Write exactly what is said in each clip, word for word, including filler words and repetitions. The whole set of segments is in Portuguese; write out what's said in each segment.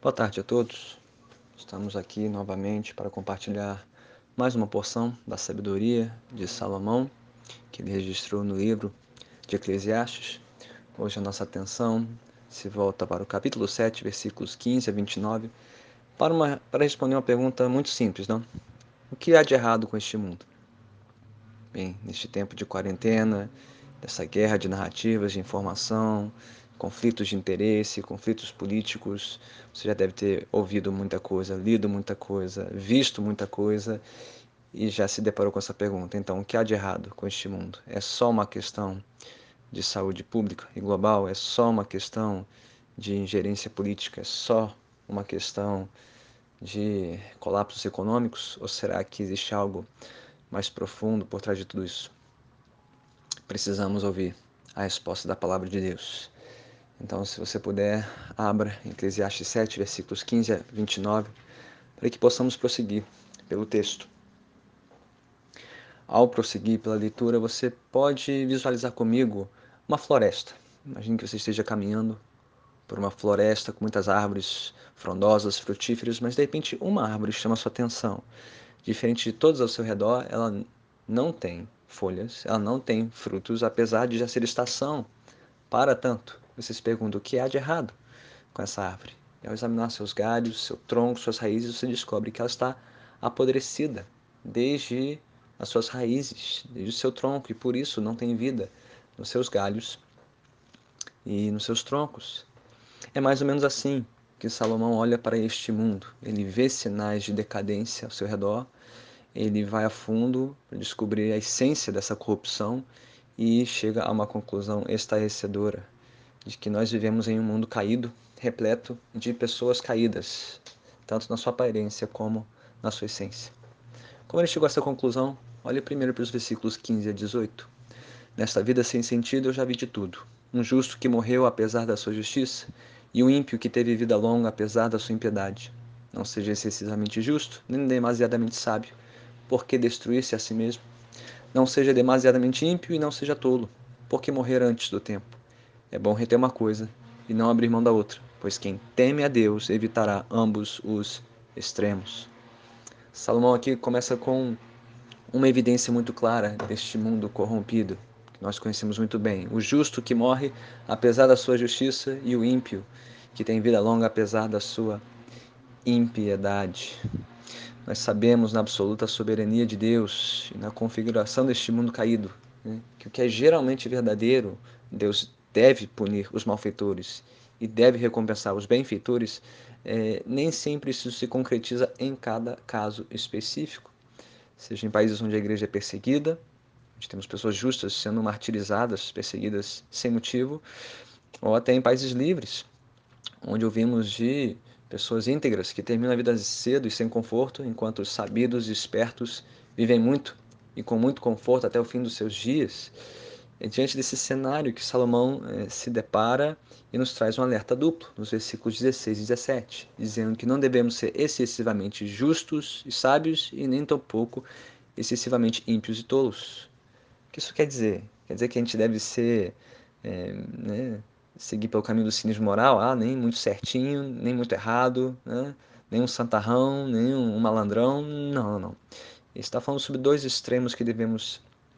Boa tarde a todos. Estamos aqui novamente para compartilhar mais uma porção da sabedoria de Salomão, que ele registrou no livro de Eclesiastes. Hoje a nossa atenção se volta para o capítulo sete, versículos quinze a vinte e nove, para, uma, para responder uma pergunta muito simples, não? O que há de errado com este mundo? Bem, neste tempo de quarentena, dessa guerra de narrativas, de informação, conflitos de interesse, conflitos políticos, você já deve ter ouvido muita coisa, lido muita coisa, visto muita coisa e já se deparou com essa pergunta. Então, o que há de errado com este mundo? É só uma questão de saúde pública e global? É só uma questão de ingerência política? É só uma questão de colapsos econômicos? Ou será que existe algo mais profundo por trás de tudo isso? Precisamos ouvir a resposta da palavra de Deus. Então, se você puder, abra Eclesiastes sete, versículos quinze a vinte e nove, para que possamos prosseguir pelo texto. Ao prosseguir pela leitura, você pode visualizar comigo uma floresta. Imagine que você esteja caminhando por uma floresta com muitas árvores frondosas, frutíferas, mas de repente uma árvore chama a sua atenção. Diferente de todas ao seu redor, ela não tem folhas, ela não tem frutos, apesar de já ser estação para tanto. Você se pergunta o que há de errado com essa árvore. E ao examinar seus galhos, seu tronco, suas raízes, você descobre que ela está apodrecida desde as suas raízes, desde o seu tronco, e por isso não tem vida nos seus galhos e nos seus troncos. É mais ou menos assim que Salomão olha para este mundo. Ele vê sinais de decadência ao seu redor, ele vai a fundo para descobrir a essência dessa corrupção e chega a uma conclusão estarrecedora de que nós vivemos em um mundo caído, repleto de pessoas caídas, tanto na sua aparência como na sua essência. Como ele chegou a essa conclusão? Olhe primeiro para os versículos quinze a dezoito. Nesta vida sem sentido eu já vi de tudo. Um justo que morreu apesar da sua justiça, e um ímpio que teve vida longa apesar da sua impiedade. Não seja excessivamente justo, nem demasiadamente sábio, por que destruir-se a si mesmo? Não seja demasiadamente ímpio e não seja tolo, por que morrer antes do tempo? É bom reter uma coisa e não abrir mão da outra, pois quem teme a Deus evitará ambos os extremos. Salomão aqui começa com uma evidência muito clara deste mundo corrompido, que nós conhecemos muito bem. O justo que morre apesar da sua justiça e o ímpio que tem vida longa apesar da sua impiedade. Nós sabemos na absoluta soberania de Deus e na configuração deste mundo caído, né, que o que é geralmente verdadeiro, Deus deve punir os malfeitores e deve recompensar os benfeitores, é, nem sempre isso se concretiza em cada caso específico. Seja em países onde a igreja é perseguida, onde temos pessoas justas sendo martirizadas, perseguidas sem motivo, ou até em países livres, onde ouvimos de pessoas íntegras que terminam a vida cedo e sem conforto, enquanto os sabidos e espertos vivem muito e com muito conforto até o fim dos seus dias. É diante desse cenário que Salomão eh, se depara e nos traz um alerta duplo, nos versículos dezesseis e dezessete, dizendo que não devemos ser excessivamente justos e sábios e nem tampouco excessivamente ímpios e tolos. O que isso quer dizer? Quer dizer que a gente deve ser, é, né, seguir pelo caminho do cinismo moral, ah, nem muito certinho, nem muito errado, né? Nem um santarrão, nem um malandrão. Não, não, não. Ele está falando sobre dois extremos que devemos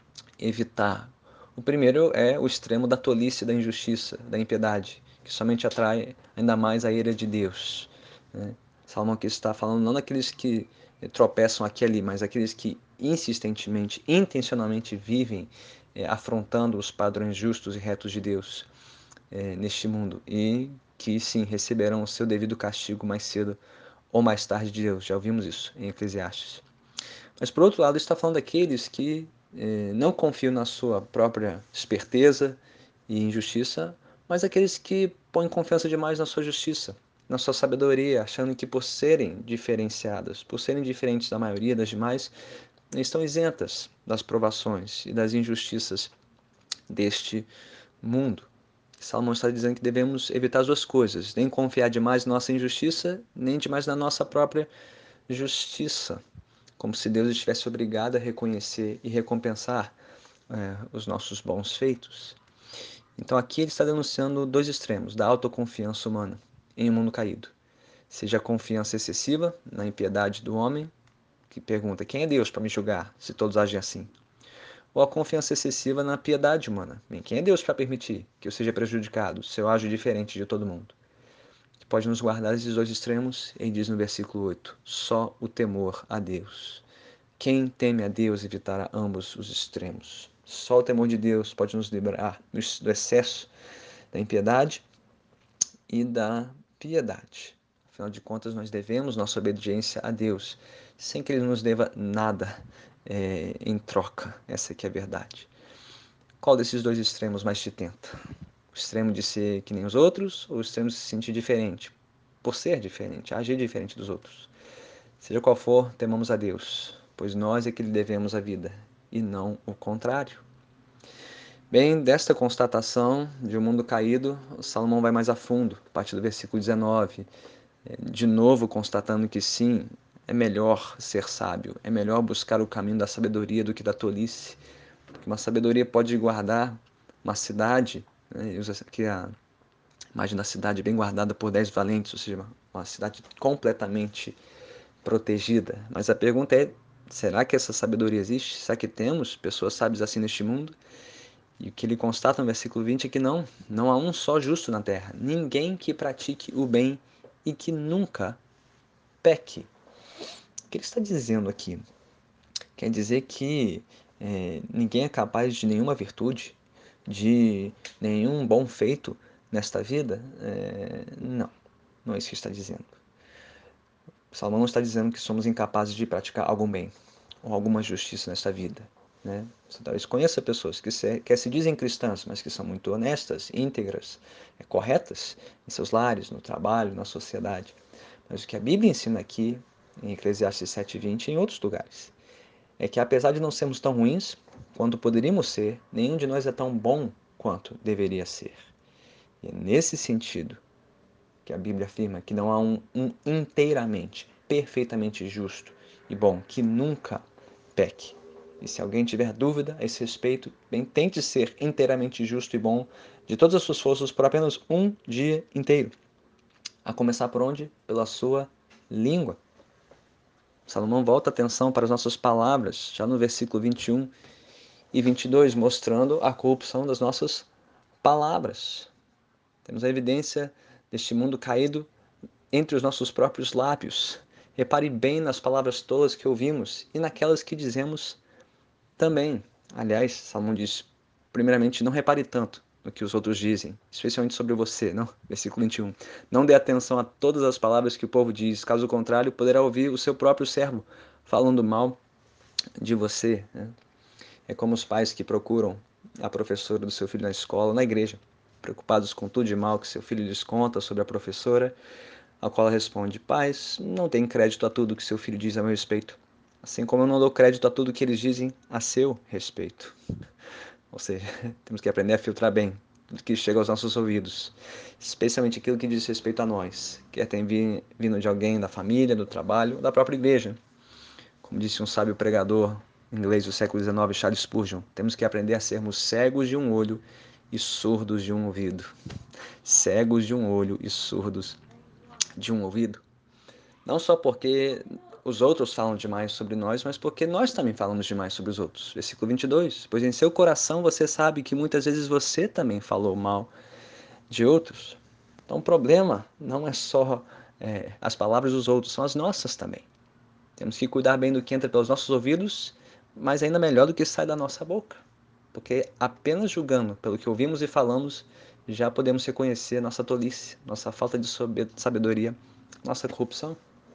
evitar. O primeiro é o extremo da tolice, da injustiça, da impiedade, que somente atrai ainda mais a ira de Deus, né? Salomão aqui está falando não daqueles que tropeçam aqui e ali, mas aqueles que insistentemente, intencionalmente vivem é, afrontando os padrões justos e retos de Deus é, neste mundo e que sim receberão o seu devido castigo mais cedo ou mais tarde de Deus. Já ouvimos isso em Eclesiastes. Mas por outro lado, está falando daqueles que eh, não confiam na sua própria esperteza e injustiça, mas aqueles que põem confiança demais na sua justiça, na sua sabedoria, achando que por serem diferenciadas, por serem diferentes da maioria das demais, estão isentas das provações e das injustiças deste mundo. Salomão está dizendo que devemos evitar as duas coisas, nem confiar demais na nossa injustiça, nem demais na nossa própria justiça, como se Deus estivesse obrigado a reconhecer e recompensar é, os nossos bons feitos. Então aqui ele está denunciando dois extremos da autoconfiança humana em um mundo caído. Seja a confiança excessiva na impiedade do homem, que pergunta: quem é Deus para me julgar, se todos agem assim? Ou a confiança excessiva na piedade humana. Bem, quem é Deus para permitir que eu seja prejudicado se eu ajo diferente de todo mundo? Que pode nos guardar esses dois extremos, ele diz no versículo oito: só o temor a Deus. Quem teme a Deus evitará ambos os extremos. Só o temor de Deus pode nos livrar do excesso da impiedade e da piedade. Afinal de contas, nós devemos nossa obediência a Deus, sem que Ele nos deva nada é, em troca. Essa aqui é a verdade. Qual desses dois extremos mais te tenta? O extremo de ser que nem os outros ou o extremo de se sentir diferente? Por ser diferente, agir diferente dos outros. Seja qual for, temamos a Deus, pois nós é que lhe devemos a vida, e não o contrário. Bem, desta constatação de um mundo caído, Salomão vai mais a fundo, a partir do versículo dezenove, de novo constatando que sim, é melhor ser sábio, é melhor buscar o caminho da sabedoria do que da tolice, porque uma sabedoria pode guardar uma cidade, né, usa aqui a imagem da cidade bem guardada por dez valentes, ou seja, uma cidade completamente protegida. Mas a pergunta é, será que essa sabedoria existe? Será que temos pessoas sábias assim neste mundo? E o que ele constata no versículo vinte é que não, não há um só justo na terra, ninguém que pratique o bem e que nunca peque. O que ele está dizendo aqui? Quer dizer que é, ninguém é capaz de nenhuma virtude, de nenhum bom feito nesta vida? É, não, não é isso que está dizendo. Salomão não está dizendo que somos incapazes de praticar algum bem ou alguma justiça nesta vida. Né? Você talvez conheça pessoas que se, que se dizem cristãs, mas que são muito honestas, íntegras, é, corretas em seus lares, no trabalho, na sociedade. Mas o que a Bíblia ensina aqui, em Eclesiastes sete e vinte e em outros lugares, é que apesar de não sermos tão ruins quanto poderíamos ser, nenhum de nós é tão bom quanto deveria ser. E é nesse sentido que a Bíblia afirma que não há um, um inteiramente, perfeitamente justo e bom, que nunca peque. E se alguém tiver dúvida a esse respeito, bem, tente ser inteiramente justo e bom de todas as suas forças por apenas um dia inteiro. A começar por onde? Pela sua língua. Salomão volta a atenção para as nossas palavras, já no versículo vinte e um e vinte e dois, mostrando a corrupção das nossas palavras. Temos a evidência deste mundo caído entre os nossos próprios lábios. Repare bem nas palavras tolas que ouvimos e naquelas que dizemos também. Aliás, Salomão diz, primeiramente, não repare tanto no que os outros dizem, especialmente sobre você, não? Versículo vinte e um. Não dê atenção a todas as palavras que o povo diz, caso contrário, poderá ouvir o seu próprio servo falando mal de você. Né? É como os pais que procuram a professora do seu filho na escola, na igreja, preocupados com tudo de mal que seu filho lhes conta sobre a professora, ao qual ela responde: pais, não tem crédito a tudo que seu filho diz a meu respeito, assim como eu não dou crédito a tudo que eles dizem a seu respeito. Ou seja, temos que aprender a filtrar bem tudo que chega aos nossos ouvidos, especialmente aquilo que diz respeito a nós, quer tenha vindo de alguém da família, do trabalho, ou da própria igreja. Como disse um sábio pregador inglês do século dezenove, Charles Spurgeon, temos que aprender a sermos cegos de um olho e surdos de um ouvido. Cegos de um olho e surdos de um ouvido. Não só porque os outros falam demais sobre nós, mas porque nós também falamos demais sobre os outros. Versículo vinte e dois. Pois em seu coração você sabe que muitas vezes você também falou mal de outros. Então o problema não é só é, as palavras dos outros, são as nossas também. Temos que cuidar bem do que entra pelos nossos ouvidos, mas ainda melhor do que sai da nossa boca. Porque apenas julgando pelo que ouvimos e falamos, já podemos reconhecer nossa tolice, nossa falta de sabedoria, nossa corrupção.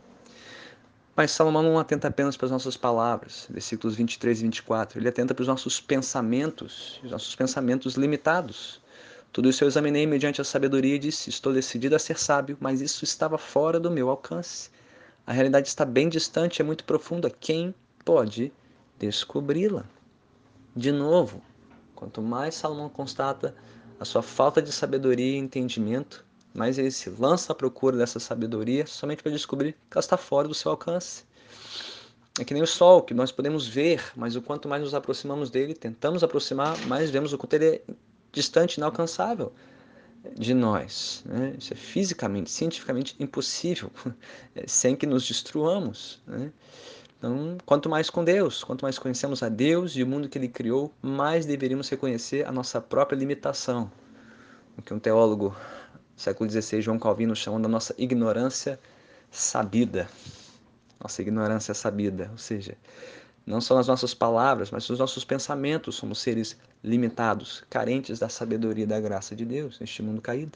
Mas Salomão não atenta apenas para as nossas palavras, versículos vinte e três e vinte e quatro. Ele atenta para os nossos pensamentos, os nossos pensamentos limitados. Tudo isso eu examinei mediante a sabedoria e disse: estou decidido a ser sábio, mas isso estava fora do meu alcance. A realidade está bem distante, é muito profunda. Quem pode descobri-la? De novo, quanto mais Salomão constata a sua falta de sabedoria e entendimento, mais ele se lança à procura dessa sabedoria somente para descobrir que ela está fora do seu alcance. É que nem o sol, que nós podemos ver, mas o quanto mais nos aproximamos dele, tentamos aproximar, mais vemos o quanto ele é distante, inalcançável. de nós, né? Isso é fisicamente, cientificamente impossível, sem que nos destruamos, né? Então, quanto mais com Deus, quanto mais conhecemos a Deus e o mundo que Ele criou, mais deveríamos reconhecer a nossa própria limitação. O que um teólogo do século dezesseis, João Calvino, chama da nossa ignorância sabida. Nossa ignorância sabida, ou seja, não só nas nossas palavras, mas nos nossos pensamentos somos seres limitados, carentes da sabedoria e da graça de Deus neste mundo caído.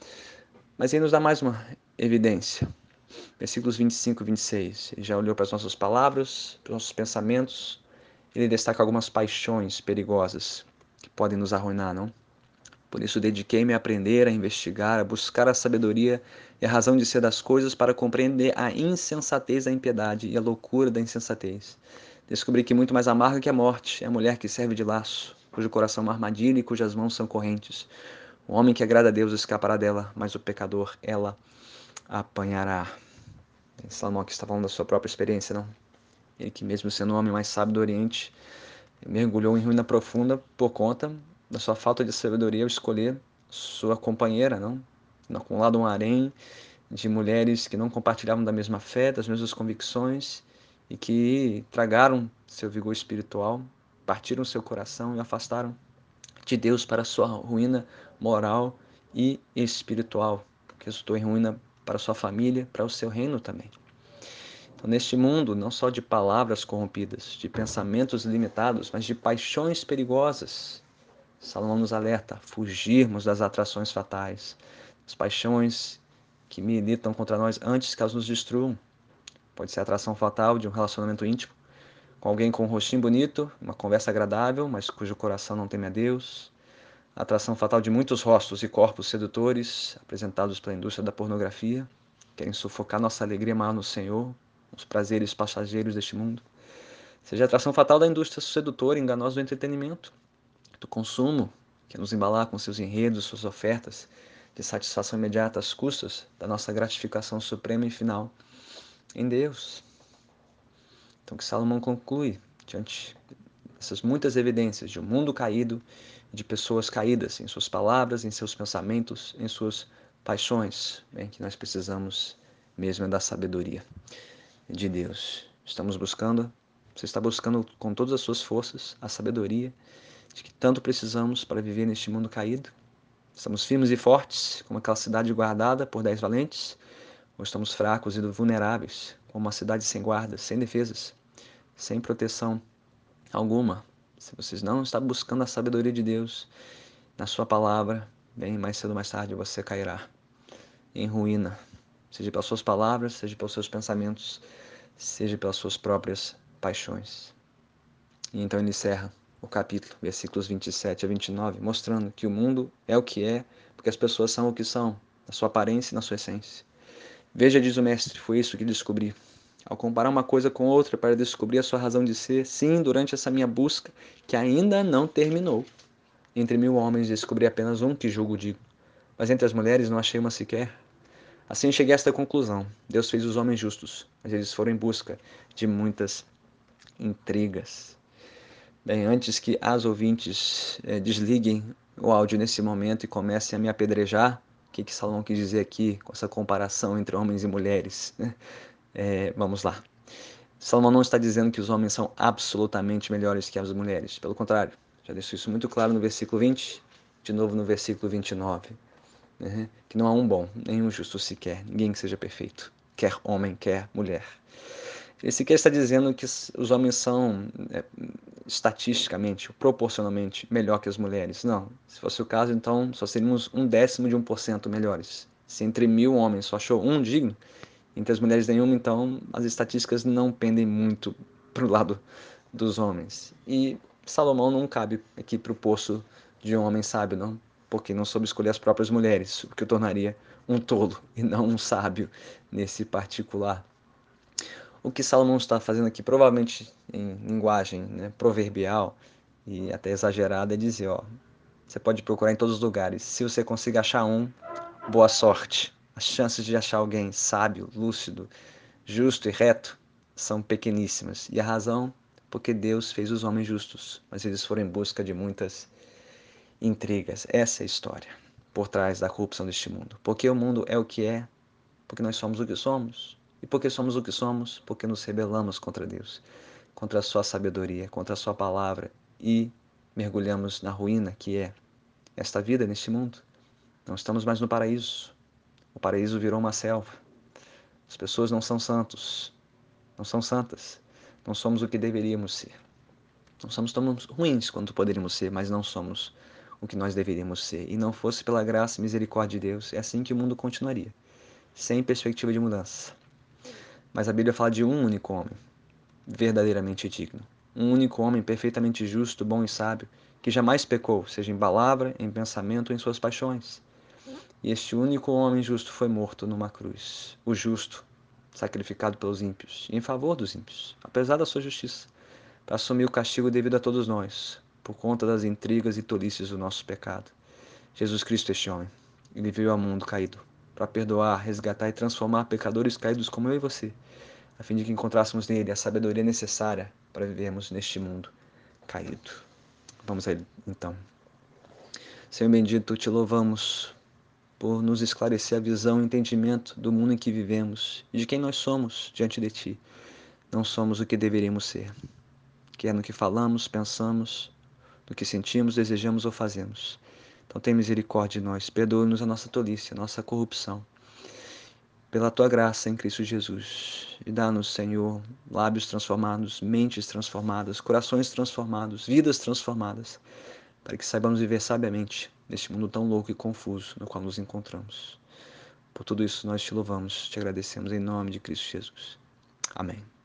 Mas ele nos dá mais uma evidência. Versículos vinte e cinco e vinte e seis. Ele já olhou para as nossas palavras, para os nossos pensamentos. Ele destaca algumas paixões perigosas que podem nos arruinar, não? Por isso dediquei-me a aprender, a investigar, a buscar a sabedoria e a razão de ser das coisas para compreender a insensatez da impiedade e a loucura da insensatez. Descobri que muito mais amarga que a morte é a mulher que serve de laço, cujo coração é uma armadilha e cujas mãos são correntes. O homem que agrada a Deus escapará dela, mas o pecador ela apanhará. Salomão aqui está falando da sua própria experiência, não? Ele que mesmo sendo o homem mais sábio do Oriente, mergulhou em ruína profunda por conta da sua falta de sabedoria ao escolher sua companheira, não? Acumulado um harém de mulheres que não compartilhavam da mesma fé, das mesmas convicções e que tragaram seu vigor espiritual, partiram seu coração e afastaram de Deus para sua ruína moral e espiritual, que resultou em ruína para sua família, para o seu reino também. Então, neste mundo, não só de palavras corrompidas, de pensamentos limitados, mas de paixões perigosas, Salomão nos alerta a fugirmos das atrações fatais, das paixões que militam contra nós antes que elas nos destruam. Pode ser a atração fatal de um relacionamento íntimo, com alguém com um rostinho bonito, uma conversa agradável, mas cujo coração não teme a Deus. A atração fatal de muitos rostos e corpos sedutores, apresentados pela indústria da pornografia, querem sufocar nossa alegria maior no Senhor, os prazeres passageiros deste mundo. Seja a atração fatal da indústria sedutora e enganosa do entretenimento, do consumo, que é nos embalar com seus enredos, suas ofertas, de satisfação imediata às custas da nossa gratificação suprema e final em Deus. Então, que Salomão conclui, diante dessas muitas evidências de um mundo caído, de pessoas caídas em suas palavras, em seus pensamentos, em suas paixões, bem, que nós precisamos mesmo é da sabedoria de Deus. Estamos buscando, você está buscando com todas as suas forças a sabedoria de que tanto precisamos para viver neste mundo caído. Estamos firmes e fortes, como aquela cidade guardada por dez valentes, ou estamos fracos e vulneráveis, como uma cidade sem guardas, sem defesas, sem proteção alguma. Se vocês não estão buscando a sabedoria de Deus na sua palavra, bem, mais cedo ou mais tarde você cairá em ruína, seja pelas suas palavras, seja pelos seus pensamentos, seja pelas suas próprias paixões. E então ele encerra o capítulo, versículos vinte e sete a vinte e nove, mostrando que o mundo é o que é, porque as pessoas são o que são, na sua aparência e na sua essência. Veja, diz o mestre, foi isso que descobri. Ao comparar uma coisa com outra para descobrir a sua razão de ser, sim, durante essa minha busca, que ainda não terminou. Entre mil homens descobri apenas um que julgo digno, mas entre as mulheres não achei uma sequer. Assim cheguei a esta conclusão. Deus fez os homens justos, mas eles foram em busca de muitas intrigas. Bem, antes que as ouvintes é, desliguem o áudio nesse momento e comecem a me apedrejar, o que, que Salomão quis dizer aqui com essa comparação entre homens e mulheres? É, vamos lá. Salomão não está dizendo que os homens são absolutamente melhores que as mulheres. Pelo contrário, já deixou isso muito claro no versículo vinte, de novo no versículo vinte e nove. Né? Que não há um bom, nem um justo sequer, ninguém que seja perfeito, quer homem, quer mulher. Ele sequer está dizendo que os homens são é, estatisticamente, proporcionalmente melhor que as mulheres. Não. Se fosse o caso, então só seríamos um décimo de um por cento melhores. Se entre mil homens só achou um digno, entre as mulheres nenhuma, então as estatísticas não pendem muito para o lado dos homens. E Salomão não cabe aqui para o poço de um homem sábio, não, porque não soube escolher as próprias mulheres, o que o tornaria um tolo e não um sábio nesse particular. O que Salomão está fazendo aqui, provavelmente em linguagem, né, proverbial e até exagerada, é dizer, ó, você pode procurar em todos os lugares. Se você conseguir achar um, boa sorte. As chances de achar alguém sábio, lúcido, justo e reto são pequeníssimas. E a razão, porque Deus fez os homens justos, mas eles foram em busca de muitas intrigas. Essa é a história. por trás da corrupção deste mundo. Porque o mundo é o que é, porque nós somos o que somos. E porque somos o que somos, porque nos rebelamos contra Deus, contra a sua sabedoria, contra a sua palavra e mergulhamos na ruína que é esta vida neste mundo. Não estamos mais no paraíso. O paraíso virou uma selva. As pessoas não são santos, não são santas. Não somos o que deveríamos ser. Não somos tão ruins quanto poderíamos ser, mas não somos o que nós deveríamos ser. E não fosse pela graça e misericórdia de Deus, é assim que o mundo continuaria, sem perspectiva de mudança. Mas a Bíblia fala de um único homem, verdadeiramente digno. Um único homem perfeitamente justo, bom e sábio, que jamais pecou, seja em palavra, em pensamento ou em suas paixões. E este único homem justo foi morto numa cruz. O justo, sacrificado pelos ímpios, e em favor dos ímpios, apesar da sua justiça, para assumir o castigo devido a todos nós, por conta das intrigas e tolices do nosso pecado. Jesus Cristo, este homem, ele veio ao mundo caído, para perdoar, resgatar e transformar pecadores caídos como eu e você, a fim de que encontrássemos nele a sabedoria necessária para vivermos neste mundo caído. Vamos a ele, então. Senhor bendito, te louvamos por nos esclarecer a visão e entendimento do mundo em que vivemos e de quem nós somos diante de ti. Não somos o que deveríamos ser, quer no que falamos, pensamos, no que sentimos, desejamos ou fazemos. Então tem misericórdia de nós, perdoa-nos a nossa tolice, a nossa corrupção, pela tua graça em Cristo Jesus. E dá-nos, Senhor, lábios transformados, mentes transformadas, corações transformados, vidas transformadas, para que saibamos viver sabiamente neste mundo tão louco e confuso no qual nos encontramos. Por tudo isso nós te louvamos, te agradecemos em nome de Cristo Jesus. Amém.